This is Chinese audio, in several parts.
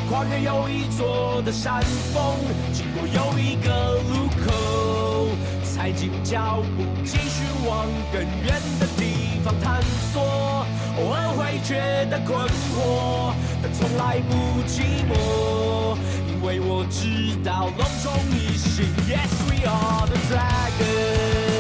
跨越有一座的山峰，经过有一个路口，踩紧脚步，继续往更远的地方探索。偶尔会觉得困惑，但从来不寂寞，因为我知道隆重一心。Yes, we are the dragons。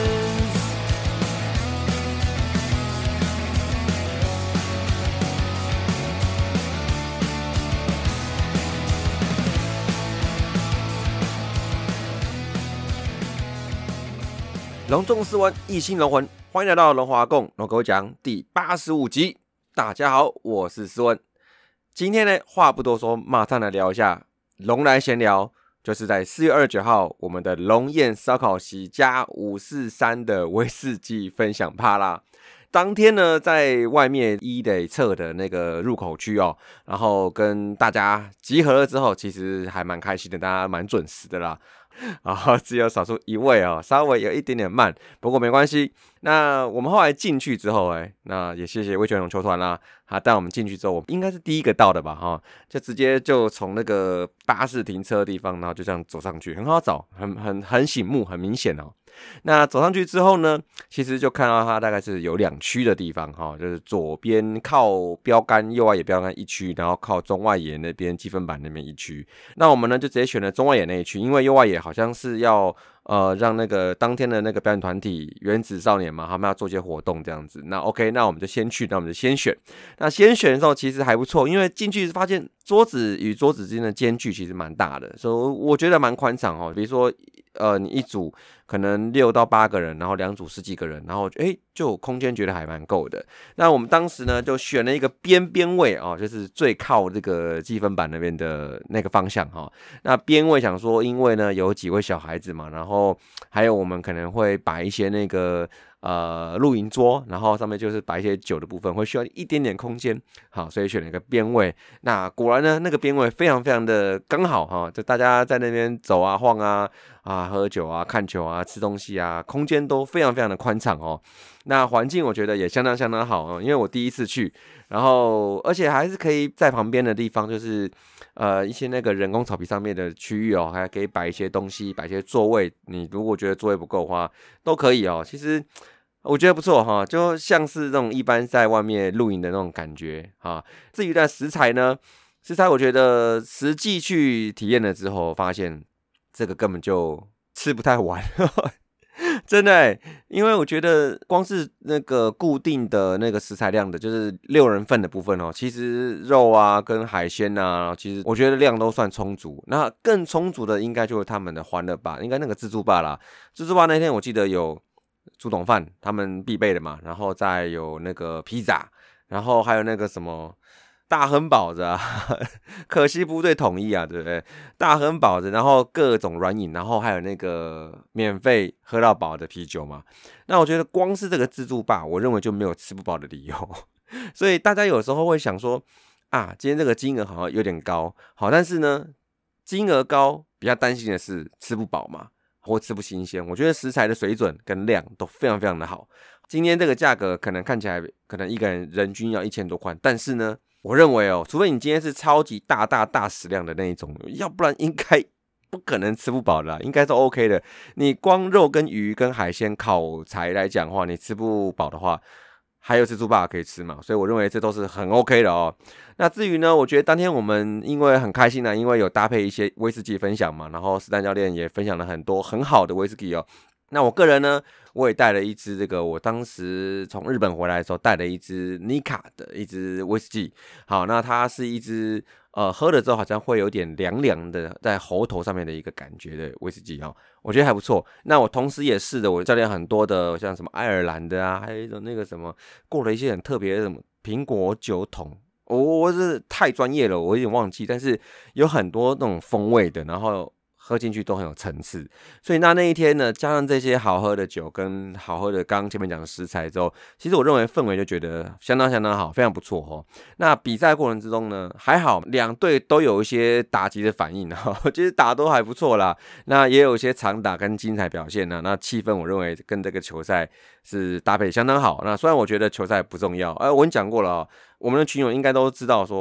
隆重斯文，一心龙魂，欢迎来到龙华共龙狗讲第85集。大家好，我是斯文。今天呢，话不多说，马上来聊一下龙来闲聊，就是在4月29号我们的龙宴烧烤席加543的威士忌分享趴啦。当天呢，在外面一垒侧的那个入口区哦，然后跟大家集合了之后，其实还蛮开心的，大家蛮准时的啦。然后只有少数一位哦，稍微有一点点慢，不过没关系。那我们后来进去之后，那也谢谢味全龙球团啦，他带我们进去之后，我应该是第一个到的吧，哈，就直接就从那个巴士停车的地方，然后就这样走上去，很好找，很醒目，很明显哦。那走上去之后呢，其实就看到它大概是有2区的地方哈，就是左边靠标杆，右外野标杆1区，然后靠中外野那边积分板那边1区。那我们呢就直接选了中外野那一区，因为右外野好像是要让那个当天的那个表演团体原子少年嘛，他们要做些活动这样子。那 OK， 那我们就先去，那我们就先选。那先选的时候其实还不错，因为进去发现桌子与桌子之间的间距其实蛮大的，所以我觉得蛮宽敞哦。比如说你一组可能6到8个人，然后2组10几个人，然后就空间觉得还蛮够的。那我们当时呢就选了一个边位哦，就是最靠这个积分板那边的那个方向哈。那边位想说，因为呢有几位小孩子嘛，然后还有我们可能会摆一些那个露营桌，然后上面就是摆一些酒的部分，会需要一点点空间，好，所以选了一个边位。那果然呢，那个边位非常非常的刚好哈，就大家在那边走啊晃啊喝酒啊看球啊吃东西啊，空间都非常非常的宽敞哦。那环境我觉得也相当相当好哦，因为我第一次去，然后而且还是可以在旁边的地方，就是一些那个人工草皮上面的区域哦，还可以摆一些东西，摆一些座位。你如果觉得座位不够的话，都可以哦。其实我觉得不错哈，就像是那种一般在外面露营的那种感觉哈。至于在食材呢，食材我觉得实际去体验了之后，发现这个根本就吃不太完。真的因为我觉得光是那个固定的那个食材量的，就是6人份的部分哦，其实肉啊跟海鲜啊，其实我觉得量都算充足。那更充足的应该就是他们的欢乐吧，应该那个自助吧啦。自助吧那天我记得有猪董饭，他们必备的嘛，然后再有那个披萨，然后还有那个什么大亨堡子啊，可惜部队统一啊，对不对？大亨堡子，然后各种软饮，然后还有那个免费喝到饱的啤酒嘛。那我觉得光是这个自助吧，我认为就没有吃不饱的理由。所以大家有时候会想说啊，今天这个金额好像有点高，好，但是呢，金额高比较担心的是吃不饱嘛，或吃不新鲜。我觉得食材的水准跟量都非常非常的好。今天这个价格可能看起来可能一个人人均要1000多块，但是呢，我认为哦，除非你今天是超级大食量的那一种，要不然应该不可能吃不饱的啦，应该是 OK 的。你光肉跟鱼跟海鲜烤材来讲的话，你吃不饱的话，还有自助吧可以吃嘛，所以我认为这都是很 OK 的哦。那至于呢，我觉得当天我们因为很开心因为有搭配一些威士忌分享嘛，然后史丹教练也分享了很多很好的威士忌哦。那我个人呢，我也带了一支这个，我当时从日本回来的时候带了一支尼卡的一支威士忌。好，那它是一支喝了之后好像会有点凉凉的在喉头上面的一个感觉的威士忌哦，我觉得还不错。那我同时也试了我教练很多的，像什么爱尔兰的啊，还有一种那个什么过了一些很特别的什么苹果酒桶。我是太专业了，我有点忘记，但是有很多那种风味的，然后喝进去都很有层次。所以那一天呢，加上这些好喝的酒跟好喝的刚刚前面讲的食材之后，其实我认为氛围就觉得相当相当好，非常不错哦。那比赛过程之中呢，还好两队都有一些打击的反应我觉得打都还不错啦。那也有一些长打跟精彩表现那气氛我认为跟这个球赛是搭配相当好。那虽然我觉得球赛不重要，我已经讲过了我们的群友应该都知道说，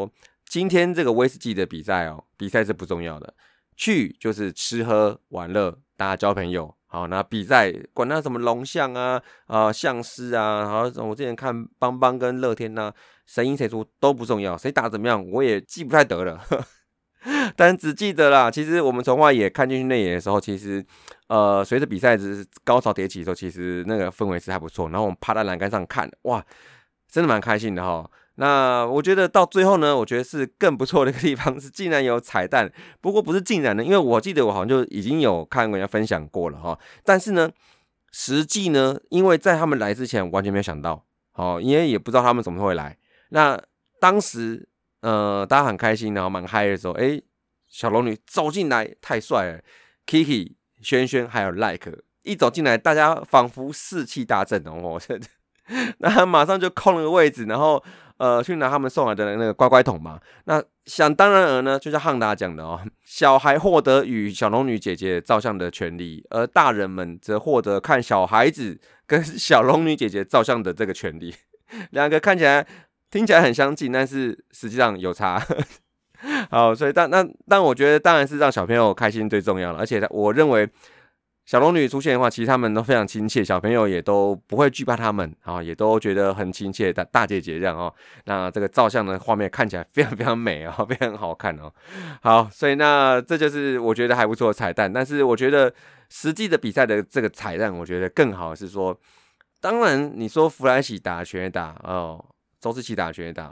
今天这个威士忌的比赛比赛是不重要的，去就是吃喝玩乐，大家交朋友。好，那比赛管他什么龙象啊、象狮啊，然后我之前看邦邦跟乐天啊，谁赢谁输都不重要，谁打怎么样我也记不太得了，但只记得啦。其实我们从外野看进去内野的时候，其实随着比赛高潮迭起的时候，其实那个氛围是还不错。然后我们趴在栏杆上看，哇，真的蛮开心的哈。那我觉得到最后呢，我觉得是更不错的一个地方是竟然有彩蛋，不过不是竟然的，因为我记得我好像就已经有看人家分享过了哈。但是呢，实际呢，因为在他们来之前完全没有想到，因为也不知道他们怎么会来。那当时大家很开心，然后蛮嗨的时候，小龙女走进来太帅了 ，Kiki、轩轩还有 Like 一走进来，大家仿佛士气大振哦，那他马上就空了个位置，然后去拿他们送来的那个乖乖桶嘛。那想当然尔呢，就像汉达讲的小孩获得与小龙女姐姐照相的权利，而大人们则获得看小孩子跟小龙女姐姐照相的这个权利。两个看起来听起来很相近，但是实际上有差。好，所以但我觉得当然是让小朋友开心最重要了，而且我认为小龙女出现的话，其实他们都非常亲切，小朋友也都不会惧怕他们，也都觉得很亲切，大姐姐这样那这个照相的画面看起来非常非常美非常好看好，所以那这就是我觉得还不错的彩蛋。但是我觉得实际的比赛的这个彩蛋，我觉得更好是说，当然你说弗莱喜打全垒打周志齐打全垒打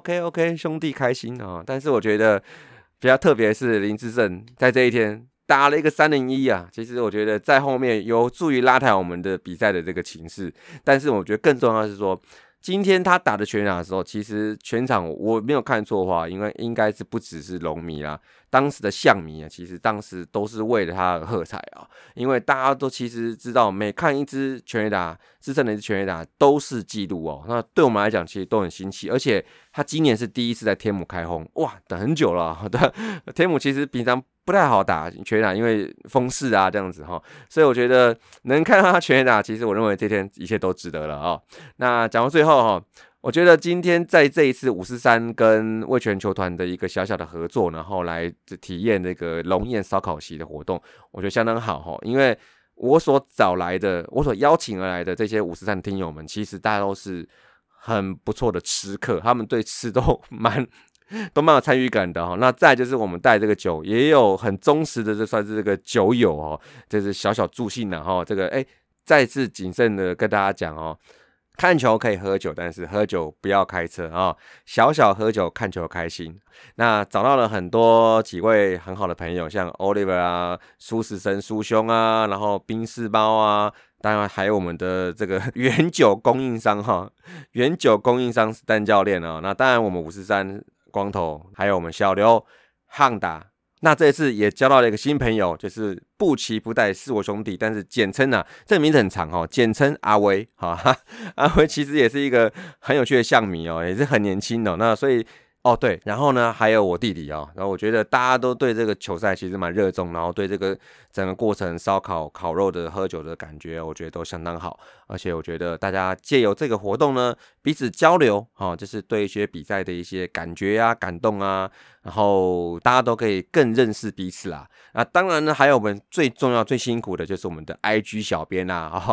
OK 兄弟开心但是我觉得比较特别的是林志胜在这一天打了一个3-1啊，其实我觉得在后面有助于拉抬我们的比赛的这个情势。但是我觉得更重要的是说，今天他打的全垒打的时候，其实全场我没有看错的话，应该是不只是龙迷啦，当时的象迷其实当时都是为了他而喝彩因为大家都其实知道，每看一支全垒打，志胜的一支全垒打都是纪录那对我们来讲其实都很新奇，而且他今年是第一次在天母开轰，哇，等很久了天母其实平常不太好打全垒打，因为风势这样子所以我觉得能看到他全垒打，其实我认为这天一切都值得了那讲到最后我觉得今天在这一次543跟味全球团的一个小小的合作，然后来体验这个龙宴烧烤席的活动，我觉得相当好因为我所邀请而来的这些543听友们，其实大家都是很不错的吃客，他们对吃都蛮有参与感的那再来就是我们带这个酒，也有很忠实的，这算是这个酒友就是小小助兴这个再次谨慎的跟大家讲看球可以喝酒，但是喝酒不要开车小小喝酒看球开心。那找到了几位很好的朋友，像 Oliver 苏时生苏兄然后冰室猫当然还有我们的这个原酒供应商原酒供应商是丹教练那当然我们543光头，还有我们小刘汉达。那这一次也交到了一个新朋友，就是不期不待是我兄弟，但是简称这个名字很长简称阿威阿威其实也是一个很有趣的象迷也是很年轻那所以对，然后呢还有我弟弟然后我觉得大家都对这个球赛其实蛮热衷，然后对这个整个过程烧烤烤肉的喝酒的感觉，我觉得都相当好。而且我觉得大家借由这个活动呢，彼此交流就是对一些比赛的一些感觉感动然后大家都可以更认识彼此当然呢还有我们最重要最辛苦的就是我们的 IG 小编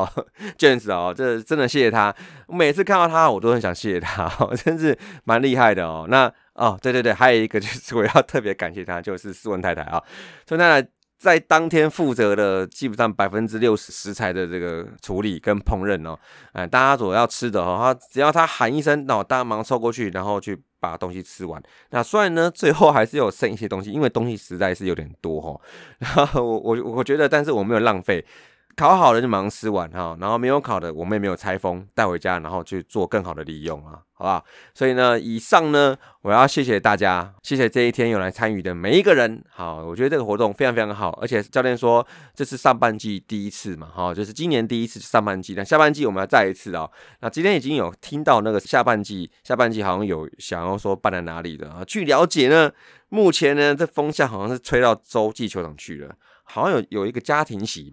James 这真的谢谢他，我每次看到他我都很想谢谢他真是蛮厉害的那对，还有一个就是我要特别感谢他，就是斯文太太斯文太太在当天负责的基本上60%食材的这个处理跟烹饪大家所要吃的只要他喊一声大家马上凑过去，然后去把东西吃完。那虽然呢最后还是有剩一些东西，因为东西实在是有点多然后我觉得但是我没有浪费，烤好了就马上吃完然后没有烤的我们也没有拆封带回家，然后去做更好的利用好不好？所以呢以上呢我要谢谢大家，谢谢这一天有来参与的每一个人我觉得这个活动非常非常好，而且教练说这是上半季第一次嘛就是今年第一次上半季，那下半季我们要再一次那今天已经有听到那个下半季好像有想要说办在哪里的据了解呢，目前呢这风向好像是吹到洲际球场去了，好像有一个家庭席吧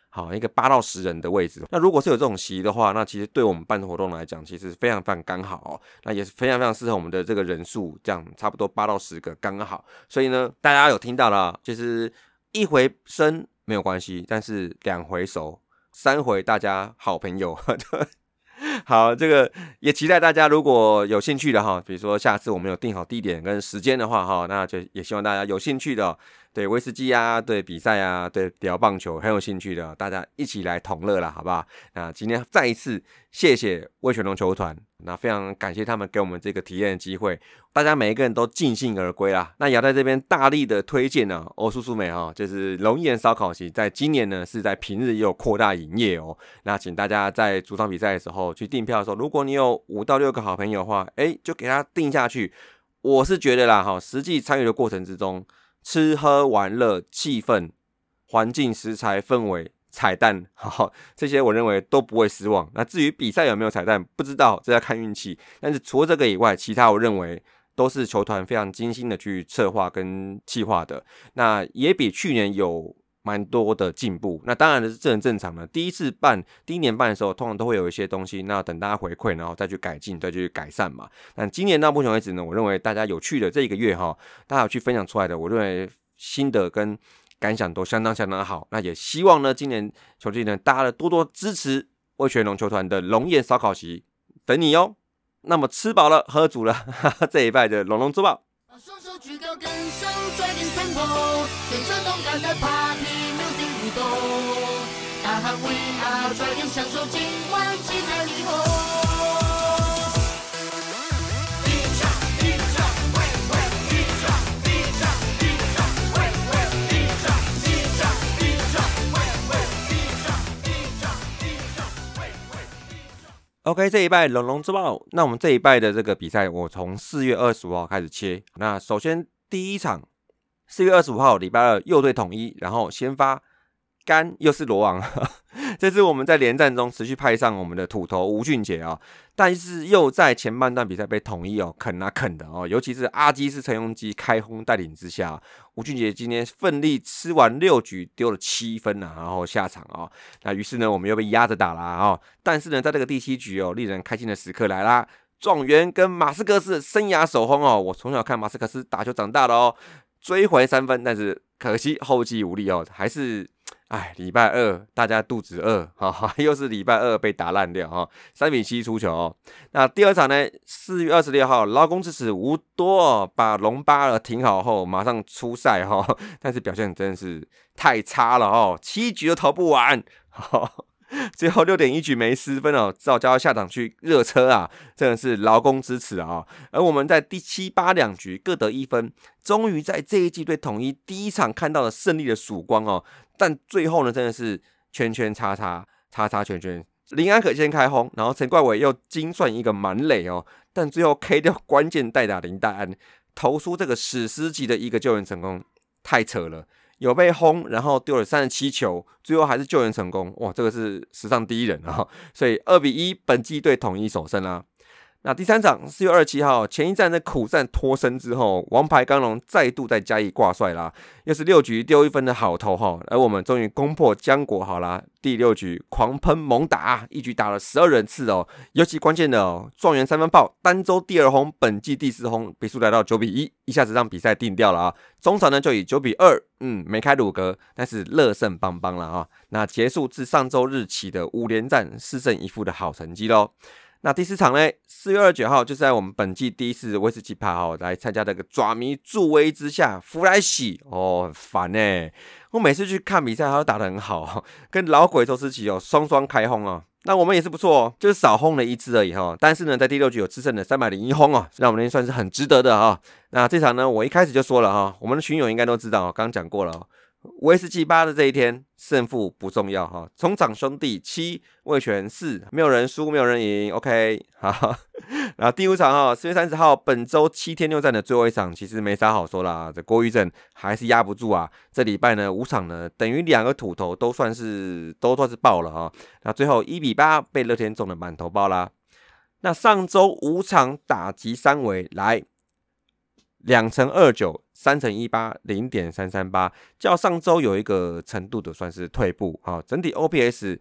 好，一个8到10人的位置。那如果是有这种席的话，那其实对我们办活动来讲，其实非常非常刚好哦。那也是非常非常适合我们的这个人数，这样差不多8到10个刚刚好。所以呢，大家有听到了，就是1回生没有关系，但是2回熟，3回大家好朋友。好，这个也期待大家如果有兴趣的哈，比如说下次我们有定好地点跟时间的话哈，那就也希望大家有兴趣的，对威士忌啊，对比赛啊，对聊棒球很有兴趣的，大家一起来同乐啦，好不好？那今天再一次谢谢味全龙球团，那非常感谢他们给我们这个体验的机会，大家每一个人都尽兴而归啦。那也要在这边大力的推荐呢，欧叔叔美哈，就是龙岩烧烤席，在今年呢是在平日也有扩大营业哦。那请大家在主场比赛的时候去订票的时候，如果你有5到6个好朋友的话，就给他订下去。我是觉得啦哈，实际参与的过程之中，吃喝玩乐、气氛、环境、食材、氛围、彩蛋，这些我认为都不会失望。那至于比赛有没有彩蛋，不知道，这要看运气。但是除了这个以外，其他我认为都是球团非常精心的去策划跟企划的。那也比去年有蛮多的进步。那当然是这很正常的。第一年办的时候，通常都会有一些东西，那等大家回馈，然后再去改进，再去改善嘛。但今年到目前为止呢，我认为大家有趣的这一个月哈，大家有去分享出来的，我认为心得跟感想都相当相当好。那也希望呢，今年球季呢，大家多多支持味全龙球团的龙宴烧烤席，等你哦。那么吃饱了喝足了，这一拜的龙龙周报。 把双手举高，跟上拽点 tempo， 随着动感的 party music 舞动，大喊 we are， 拽点享受今晚七彩霓虹。 OK， 这一拜龙龙之报，那我们这一拜的这个比赛，我从4月25号开始切。那首先第一场4月25号礼拜二右队统一，然后先发干又是罗王，这是我们在连战中持续派上我们的土头吴俊杰啊，但是又在前半段比赛被统一啃啊啃的哦，尤其是阿基斯陈庸基开轰带领之下，吴俊杰今天奋力吃完6局丢了7分啊，然后下场啊，那于是呢我们又被压着打啦啊，但是呢在这个第7局令人开心的时刻来啦，状元跟马斯克斯的生涯首轰哦，我从小看马斯克斯打球长大的哦，追回3分，但是可惜后继无力哦，还是。礼拜二大家肚子饿，又是礼拜二被打烂掉，3-7出球哦。那第二场呢，4月26号劳工之耻吴多把龙巴尔停好后，马上出赛但是表现真的是太差了7局都投不完，最后6.1局没失分只好叫他下场去热车啊，真的是劳工之耻啊！而我们在第7、8两局各得1分，终于在这一季对统一第一场看到了胜利的曙光但最后呢，真的是圈圈叉叉叉叉圈圈，林安可先开轰，然后陈冠伟又精算一个满垒但最后 K 掉关键代打林岱安，投出这个史诗级的一个救援成功，太扯了。有被轰，然后丢了37球，最后还是救援成功，哇，这个是史上第一人所以2-1本季对统一首胜啦。那第3场4月27号前一战的苦战脱身之后，王牌刚龙再度在嘉义挂帅啦，又是6局丢1分的好投而我们终于攻破江国好啦，第6局狂喷猛打，1局打了12人次尤其关键的状元3分炮，单周第2轰，本季第4轰，比数来到9-1，一下子让比赛定掉了中场呢就以9-2，没开鲁格，但是乐胜邦邦了那结束自上周日起的5连战4胜1负的好成绩咯。那第4场呢，4月29号就是在我们本季第一次威士忌趴来参加这个爪迷助威之下，弗莱喜很烦我每次去看比赛他都打得很好跟老鬼周思齐双双开轰那我们也是不错就是少轰了1支而已但是呢在第6局有制胜的301轰让我们算是很值得的那这场呢我一开始就说了我们的群友应该都知道刚刚讲过了威士忌8的这一天胜负不重要中场兄弟7味全4，没有人输没有人赢 OK 好，然后第5场4月30号本周7天6战的最后一场其实没啥好说啦，这郭玉正还是压不住这礼拜呢5场呢等于2个土头都算是爆了那最后1-8被乐天中的满头包啦。那上周5场打击3围来2乘29 3×18 0.338，较上周有一个程度的算是退步，整体 OPS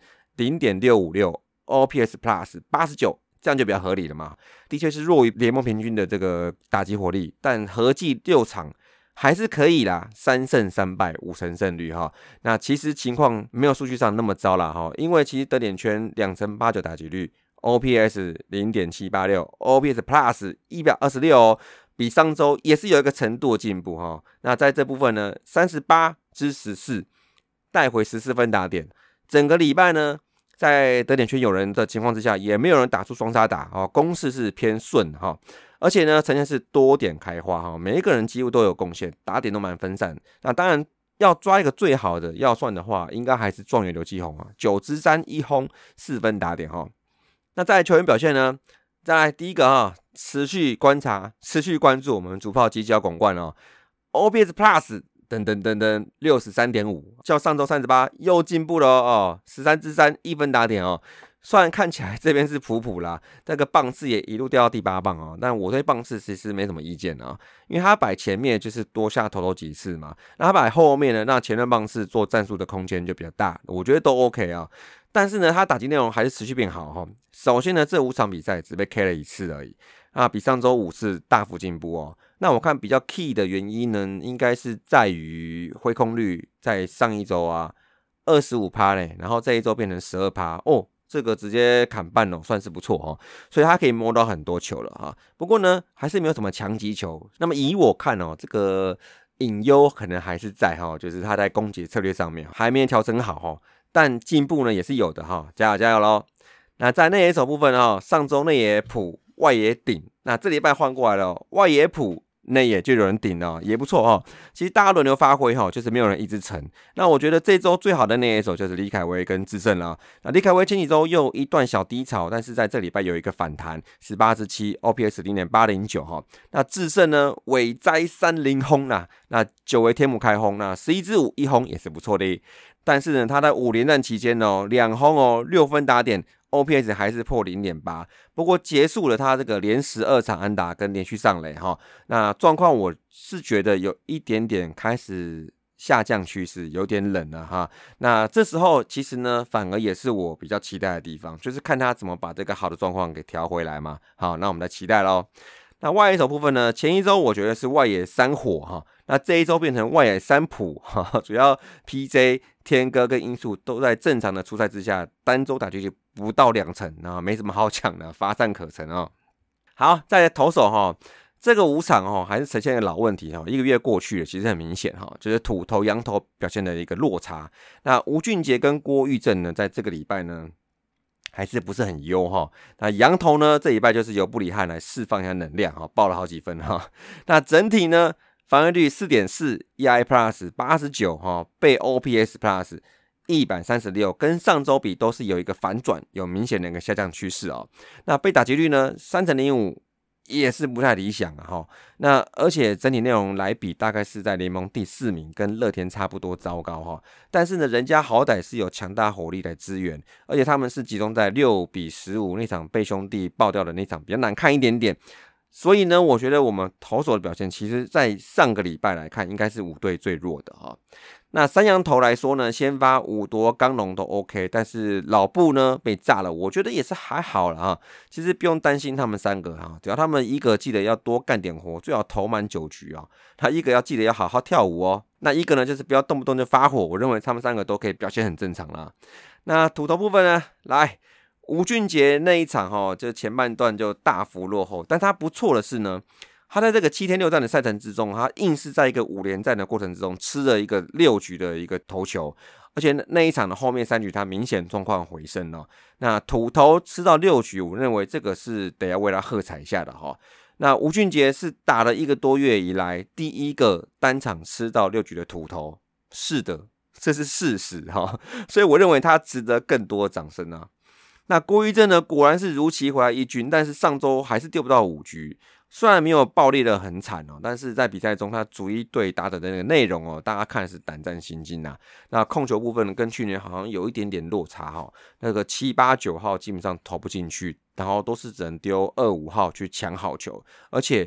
0.656 OPS Plus 89，这样就比较合理了嘛。的确是弱于联盟平均的这个打击火力，但合计6场还是可以啦，3胜3败5成胜率哈。那其实情况没有数据上那么糟啦哈，因为其实得点圈2成89打击率 ，OPS 0.786 ，OPS Plus 126哦，比上周也是有一个程度的进步哈。那在这部分呢，38之14带回14分打点，整个礼拜呢，在得点圈有人的情况之下，也没有人打出双杀打哦，攻势是偏顺哈。而且呢，呈现是多点开花哈，每一个人几乎都有贡献，打点都蛮分散。那当然要抓一个最好的，要算的话，应该还是状元刘基宏啊，9支3 1轰4分打点哈。那在球员表现呢，再来第一个哈，持续观察、持续关注我们主炮击角拱冠哦 ，OPS Plus 等63.5，较上周38又进步了哦，13支3 1分打点哦。虽然看起来这边是普普啦，那个棒次也一路掉到第8棒哦，但我对棒次其实没什么意见啊，因为他摆前面就是多下投几次嘛，那他摆后面呢，那前段棒次做战术的空间就比较大，我觉得都 OK 啊。但是呢，他打击内容还是持续变好哈。首先呢，这5场比赛只被 K 了1次而已，比上周5次大幅进步哦。那我看比较 key 的原因呢，应该是在于挥空率在上一周25%嘞，然后这一周变成12%哦。这个直接砍半哦，算是不错哦，所以他可以摸到很多球了哈。不过呢，还是没有什么强击球。那么以我看哦，这个隐忧可能还是在哈，就是他在攻击策略上面还没调整好哈，但进步呢也是有的哈，加油加油咯。那在内野手部分哈，上周内野普外野顶，那这礼拜换过来了，外野普内野就有人顶了，也不错哈。其实大家轮流发挥哈，就是没有人一直沉。那我觉得这周最好的内野手就是李凯威跟智胜了。那李凯威前几周又一段小低潮，但是在这礼拜有一个反弹，18支7 OPS 0.809哈。那智胜呢，尾摘30轰啦，那久违天母开轰，那11支5 1轰也是不错的。但是呢，他在5连战期间哦，2轰哦，6分打点。OPS 还是破 0.8， 不过结束了他这个连12场安打跟连续上垒哈，那状况我是觉得有一点点开始下降趋势，有点冷了哈。那这时候其实呢，反而也是我比较期待的地方，就是看他怎么把这个好的状况给调回来嘛。好，那我们来期待咯。那外野手部分呢，前一周我觉得是外野3火哈，那这一周变成外野3普哈，主要 PJ 天哥跟英树都在正常的出赛之下，单周打击率不到2成，然后没什么好讲的，乏善可陈哦。好，再来投手哈，这个5场还是呈现一个老问题哈，一个月过去了，其实很明显哈，就是土投洋投表现的一个落差。那吴俊杰跟郭玉正呢，在这个礼拜呢，还是不是很优哈。那洋投呢，这礼拜就是由布里汉来释放一下能量哈，爆了好几分哈。那整体呢，防御率 4.4 ERA Plus 89哈，被 OPS Plus 136，跟上周比都是有一个反转，有明显的一个下降趋势哦。那被打击率呢3.05也是不太理想啊哈。那而且整体内容来比，大概是在联盟第4名，跟乐天差不多糟糕哈。但是呢，人家好歹是有强大火力来支援，而且他们是集中在6-15那场被兄弟爆掉的那场比较难看一点点。所以呢，我觉得我们投手的表现，其实在上个礼拜来看，应该是5队最弱的哈。那三洋投来说呢，先发5夺刚龙都 OK， 但是老布呢被炸了，我觉得也是还好了哈。其实不用担心他们3个哈，只要他们一个记得要多干点活，最好投满9局啊。他一个要记得要好好跳舞哦。那一个呢，就是不要动不动就发火，我认为他们3个都可以表现很正常啦。那土投部分呢，来吴俊杰那一场就前半段就大幅落后，但他不错的是呢，他在这个7天6战的赛程之中，他硬是在一个5连战的过程之中吃了一个6局的一个投球，而且那一场的后面3局他明显状况回升哦。那土投吃到6局，我认为这个是得要为他喝彩一下的哈。那吴俊杰是打了1个多月以来第一个单场吃到6局的土投，是的，这是事实哈，所以我认为他值得更多的掌声啊。那郭玉正呢，果然是如期回来1军，但是上周还是丢不到5局，虽然没有爆裂的很惨但是在比赛中他逐一对打的那个内容大家看是胆战心惊啊。那控球部分跟去年好像有一点点落差那个7、8、9号基本上投不进去，然后都是只能丢2、5号去抢好球，而且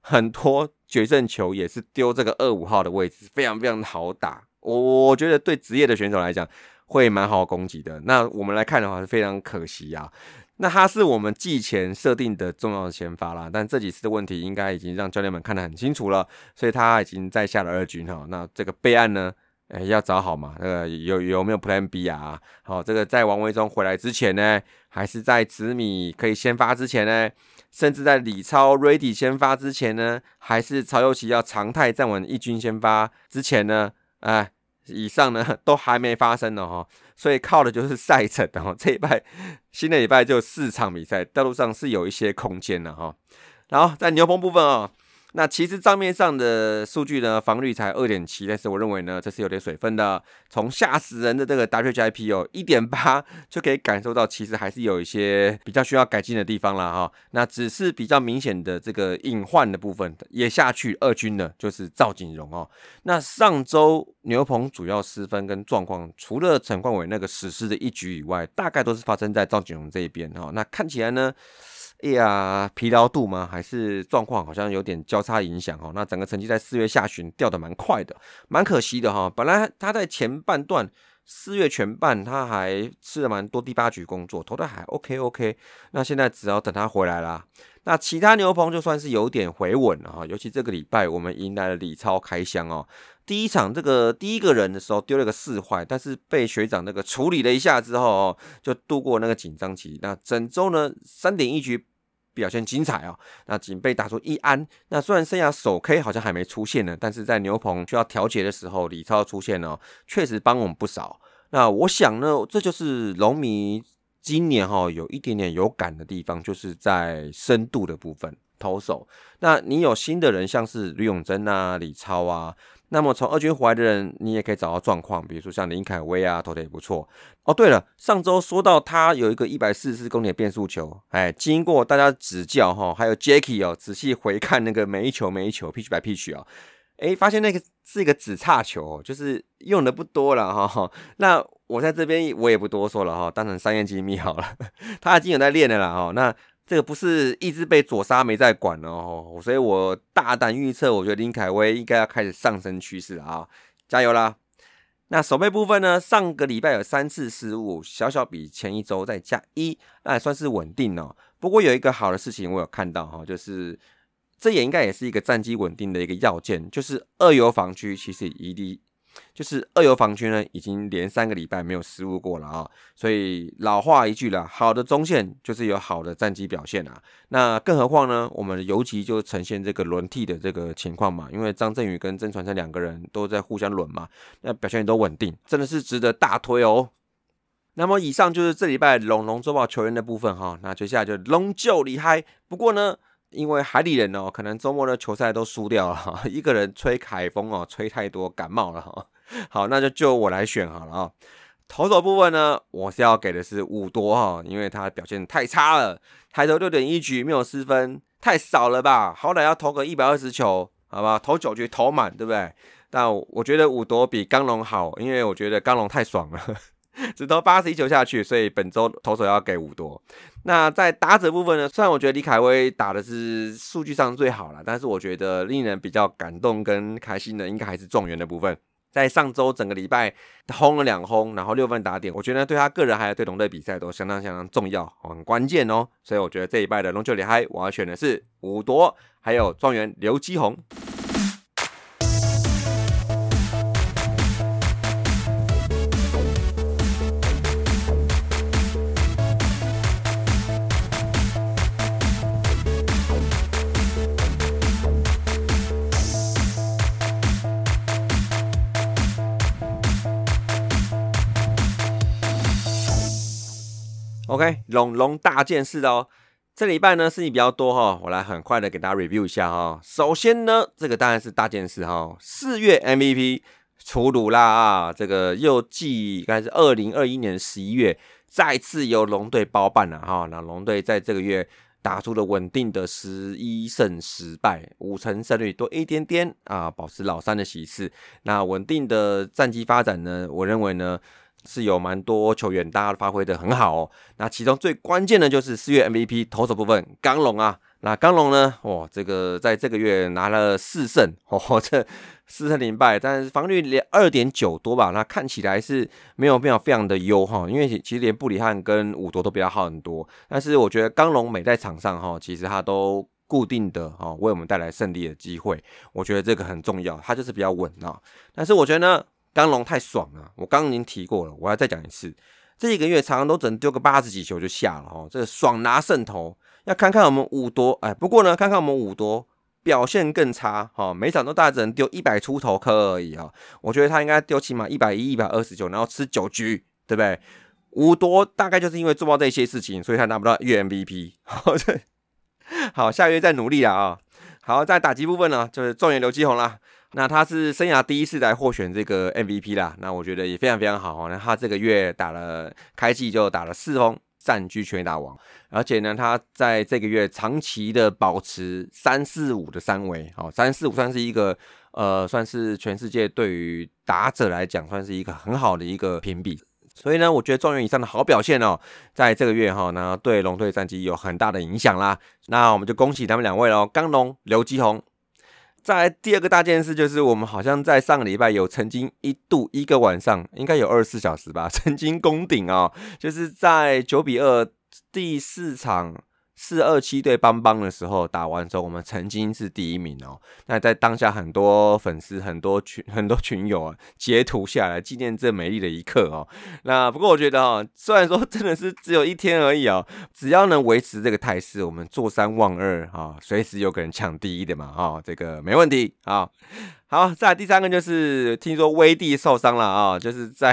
很多决胜球也是丢这个25号的位置，非常非常好打。我觉得对职业的选手来讲会蛮好攻击的。那我们来看的话是非常可惜啊。那他是我们季前设定的重要的先发啦，但这几次的问题应该已经让教练们看得很清楚了，所以他已经在下了2军哈。那这个备案呢，要找好嘛，有没有 Plan B 啊？好，这个在王维忠回来之前呢，还是在子米可以先发之前呢，甚至在李超 Ready 先发之前呢，还是曹佑齐要常态站稳1军先发之前呢？以上呢都还没发生呢哈，所以靠的就是赛程哦。这一拜新的礼拜就4场比赛，道路上是有一些空间的哈。然后在牛棚部分哦，那其实账面上的数据呢，防率才 2.7， 但是我认为呢，这是有点水分的。从吓死人的这个 WHIP 哦 1.8 就可以感受到，其实还是有一些比较需要改进的地方啦哈。那只是比较明显的这个隐患的部分也下去2军的，就是赵景荣哦。那上周牛棚主要失分跟状况，除了陈冠伟那个史诗的1局以外，大概都是发生在赵景荣这一边哦。那看起来呢，疲劳度吗？还是状况好像有点交叉影响哦。那整个成绩在4月下旬掉得蛮快的，蛮可惜的哈。本来他在前半段4月全半他还吃了蛮多第8局工作，投的还 OK。那现在只要等他回来啦。那其他牛棚就算是有点回稳了哈，尤其这个礼拜我们迎来了李超开箱哦。第一场这个第一个人的时候丢了个4坏，但是被学长那个处理了一下之后哦，就度过那个紧张期。那整周呢 3.1 局表现精彩哦，那仅被打出1安。那虽然生涯首 K 好像还没出现呢，但是在牛棚需要调节的时候，李超出现了，确实帮我们不少。那我想呢，这就是龙迷今年有一点点有感的地方，就是在深度的部分，投手。那你有新的人，像是吕永贞啊、李超啊，那么从2军回来的人，你也可以找到状况，比如说像林凯威啊，投的也不错。哦，对了，上周说到他有一个144公里的变速球，经过大家指教还有 Jacky 仔细回看那个每一球 pitch by pitch 发现那个是一个指叉球，就是用的不多了哈。那我在这边我也不多说了哈，当成商业机密好了。他已经有在练了啦哈。那这个不是一直被左杀没在管哦，所以我大胆预测，我觉得林凯威应该要开始上升趋势啊，加油啦！那守备部分呢，上个礼拜有3次失误，小比前一周再加1，那也算是稳定哦。不过有一个好的事情我有看到哈，就是这也应该也是一个战绩稳定的一个要件，就是2游防区其实就是2游防区呢，已经连3个礼拜没有失误过了啊，所以老话一句啦，好的中线就是有好的战绩表现啊。那更何况呢，我们的游击就呈现这个轮替的这个情况嘛，因为张振宇跟曾传成2个人都在互相轮嘛，那表现都稳定，真的是值得大推哦。那么以上就是这礼拜龙周报球员的部分哈，那接下来就龙就厉害。不过呢，因为海里人可能周末的球赛都输掉了，一个人吹海风吹太多感冒了好，那就我来选好了投手部分呢，我是要给的是伍铎因为他表现太差了，抬头 6.1 局没有失分，太少了吧？好歹要投个120球，好吧？投9局投满，对不对？但我觉得伍铎比刚龙好，因为我觉得刚龙太爽了。只投81球下去，所以本周投手要给伍铎。那在打者部分呢，虽然我觉得李凯威打的是数据上最好啦，但是我觉得令人比较感动跟开心的应该还是状元的部分。在上周整个礼拜轰了2轰，然后6分打点，我觉得对他个人还有对龙队比赛都相当重要，很关键哦。所以我觉得这一拜的龙就厉害，我要选的是伍铎，还有状元刘基宏。OK， 龙大件事哦。这礼拜呢事情比较多我来很快的给大家 review 一下首先呢，这个当然是大件事4月 MVP 出炉啦这个又继应该是2021年11月再次由龙队包办了那龙队在这个月打出了稳定的11胜10败，5成胜率多一点点保持老3的席次。那稳定的战绩发展呢，我认为呢是有蛮多球员大家发挥的很好那其中最关键的就是4月 MVP 投手部分，刚龙那刚龙呢，这个在这个月拿了4胜，这4胜0败，但是防率2.9多吧，那看起来是没有非常的优哈，因为其实连布里汉跟伍铎都比他好很多，但是我觉得刚龙每在场上其实他都固定的为我们带来胜利的机会，我觉得这个很重要，他就是比较稳啊。但是我觉得呢，刚龙太爽了，我刚刚已经提过了，我要再讲一次，这一个月常常都只能丢个80几球就下了这个爽拿胜投，要看看我们伍铎，不过呢，看看我们伍铎表现更差，每场都大概只能丢100出头颗而已我觉得他应该丢起码110、129，然后吃9局，对不对？伍铎大概就是因为做到这些事情，所以他拿不到月 MVP。好，下个月再努力啦好，在打击部分呢，就是状元刘基宏啦。那他是生涯第一次来获选这个 MVP 啦，那我觉得也非常好那他这个月开季就打了4轰，占据全垒打王，而且呢，他在这个月长期的保持345的三围，345算是一个算是全世界对于打者来讲算是一个很好的一个评比。所以呢，我觉得状元以上的好表现在这个月那对龙队战绩有很大的影响啦。那我们就恭喜他们2位咯，刚龙、刘基宏。再来第二个大件事就是，我们好像在上个礼拜有曾经一度一个晚上，应该有24小时吧，曾经攻顶就是在9-2第4场427对邦邦的时候打完之后，我们曾经是第1名那在当下很多粉丝、很多群友截图下来纪念这美丽的一刻那不过我觉得虽然说真的是只有1天而已只要能维持这个态势，我们坐3望2随时有可能抢第1的嘛这个没问题好，再来第3个就是听说威帝受伤了就是在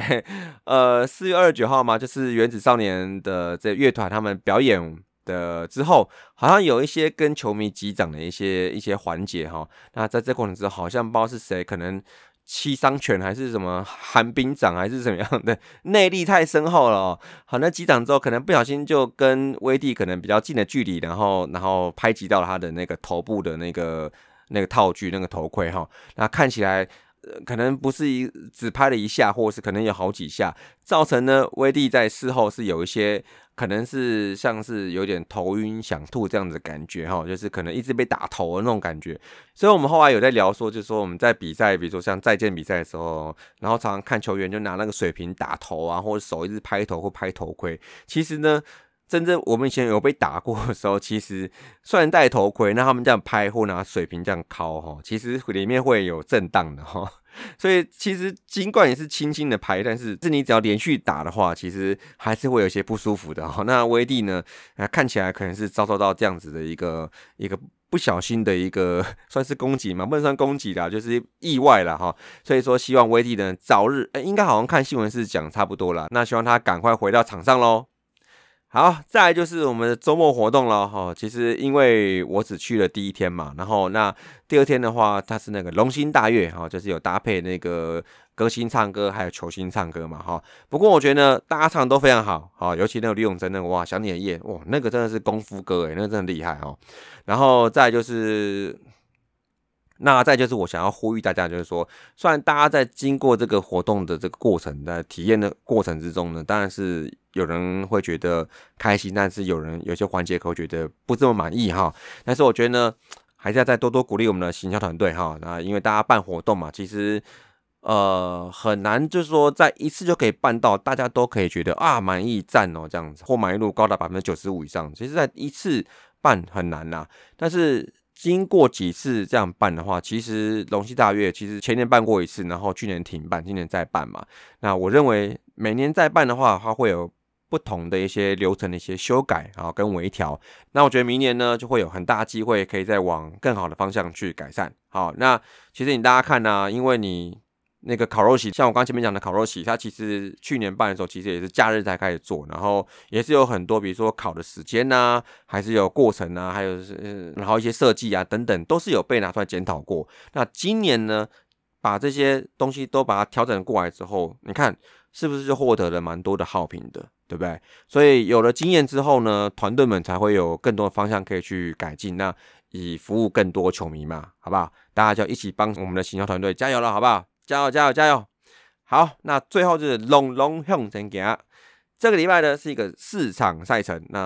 4月29号嘛，就是原子少年的这乐团他们表演的之后，好像有一些跟球迷击掌的一些环节那在这过程之后，好像不知道是谁，可能七伤拳还是什么寒冰掌还是怎么样的，内力太深厚了好，那击掌之后可能不小心就跟威帝可能比较近的距离，然后拍击到了他的那个头部的那个套具那个头盔那看起来可能不是只拍了1下，或是可能有好几下，造成呢威帝在事后是有一些可能是像是有点头晕想吐这样子的感觉就是可能一直被打头的那种感觉。所以我们后来有在聊说，就是说我们在比赛，比如说像再见比赛的时候，然后常常看球员就拿那个水瓶打头或者手一直拍头或拍头盔，其实呢真正我们以前有被打过的时候，其实虽然戴头盔，那他们这样拍或拿水瓶这样敲其实里面会有震荡的所以其实尽管也是轻轻的拍，但是你只要连续打的话，其实还是会有一些不舒服的那威帝呢看起来可能是遭受到这样子的一个不小心的一个算是攻击嘛，不能算攻击啦，就是意外啦所以说希望威帝呢早日应该好像看新闻是讲差不多啦，那希望他赶快回到场上咯。好，再来就是我们的周末活动了其实因为我只去了第1天嘛，然后那第2天的话，它是那个龙兴大乐就是有搭配那个歌星唱歌还有球星唱歌嘛不过我觉得呢，大家唱都非常好尤其那个李永贞那个哇，想你的夜哇，那个真的是功夫歌那个真的厉害然后再来就是我想要呼吁大家，就是说，虽然大家在经过这个活动的这个过程的体验的过程之中呢，当然是有人会觉得开心，但是有些环节可能会觉得不这么满意但是我觉得呢，还是要再多多鼓励我们的行销团队那因为大家办活动嘛，其实很难就是说在一次就可以办到大家都可以觉得满意赞这样子，或满意度高达 95% 以上，其实在一次办很难啦，但是经过几次这样办的话，其实龙兴大乐其实前年办过1次，然后去年停办，今年再办嘛。那我认为每年再办的话，它会有不同的一些流程的一些修改跟微调。那我觉得明年呢，就会有很大机会可以再往更好的方向去改善。好，那其实大家看因为你那个烤肉席，像我刚前面讲的烤肉席，它其实去年办的时候，其实也是假日才开始做，然后也是有很多，比如说烤的时间还是有过程还有然后一些设计等等，都是有被拿出来检讨过。那今年呢，把这些东西都把它调整过来之后，你看是不是就获得了蛮多的好评的，对不对？所以有了经验之后呢，团队们才会有更多的方向可以去改进，那以服务更多球迷嘛，好不好？大家就一起帮我们的行销团队加油了，好不好？加油加油加油！好，那最后就是龙龙向前行。这个礼拜呢是一个4场赛程，那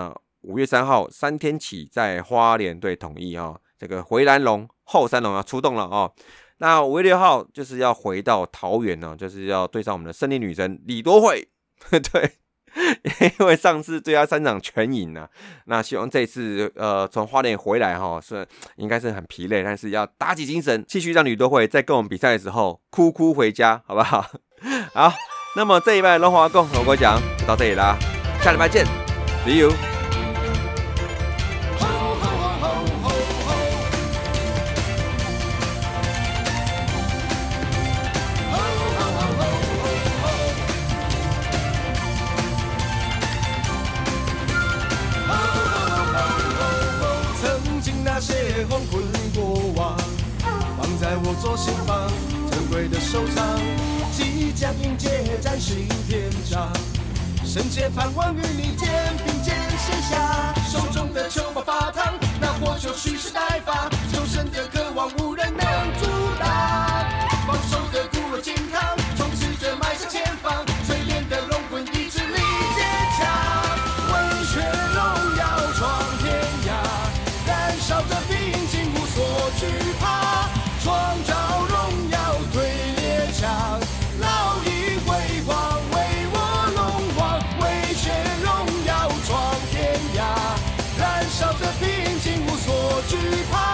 5月3号3天起在花莲队统一哦，这个回蓝龙后山龙要出动了哦。那5月6号就是要回到桃园呢，就是要对上我们的胜利女神李多慧，对，因为上次对他3场全赢啊，那希望这一次从花莲回来哈，是应该是很疲累，但是要打起精神，继续让李多慧在跟我们比赛的时候哭哭回家，好不好？好，那么这一拜的龙华共我讲就到这里啦，下礼拜见 ，See you。 那些黄昏过往，放在我左心房，珍贵的收藏，即将迎接崭新篇章。深切盼望与你肩并肩写下，手中的球把发烫，那火球蓄势待发，求生的渴望无人能阻挡。放手的固若金汤，充斥着迈向前方，淬炼的龙魂意志力坚强，为血荣耀闯天涯，燃烧着平静无所惧怕，创造荣耀对列强，烙印辉煌为我龙王，为血荣耀闯天涯，燃烧着平静无所惧怕。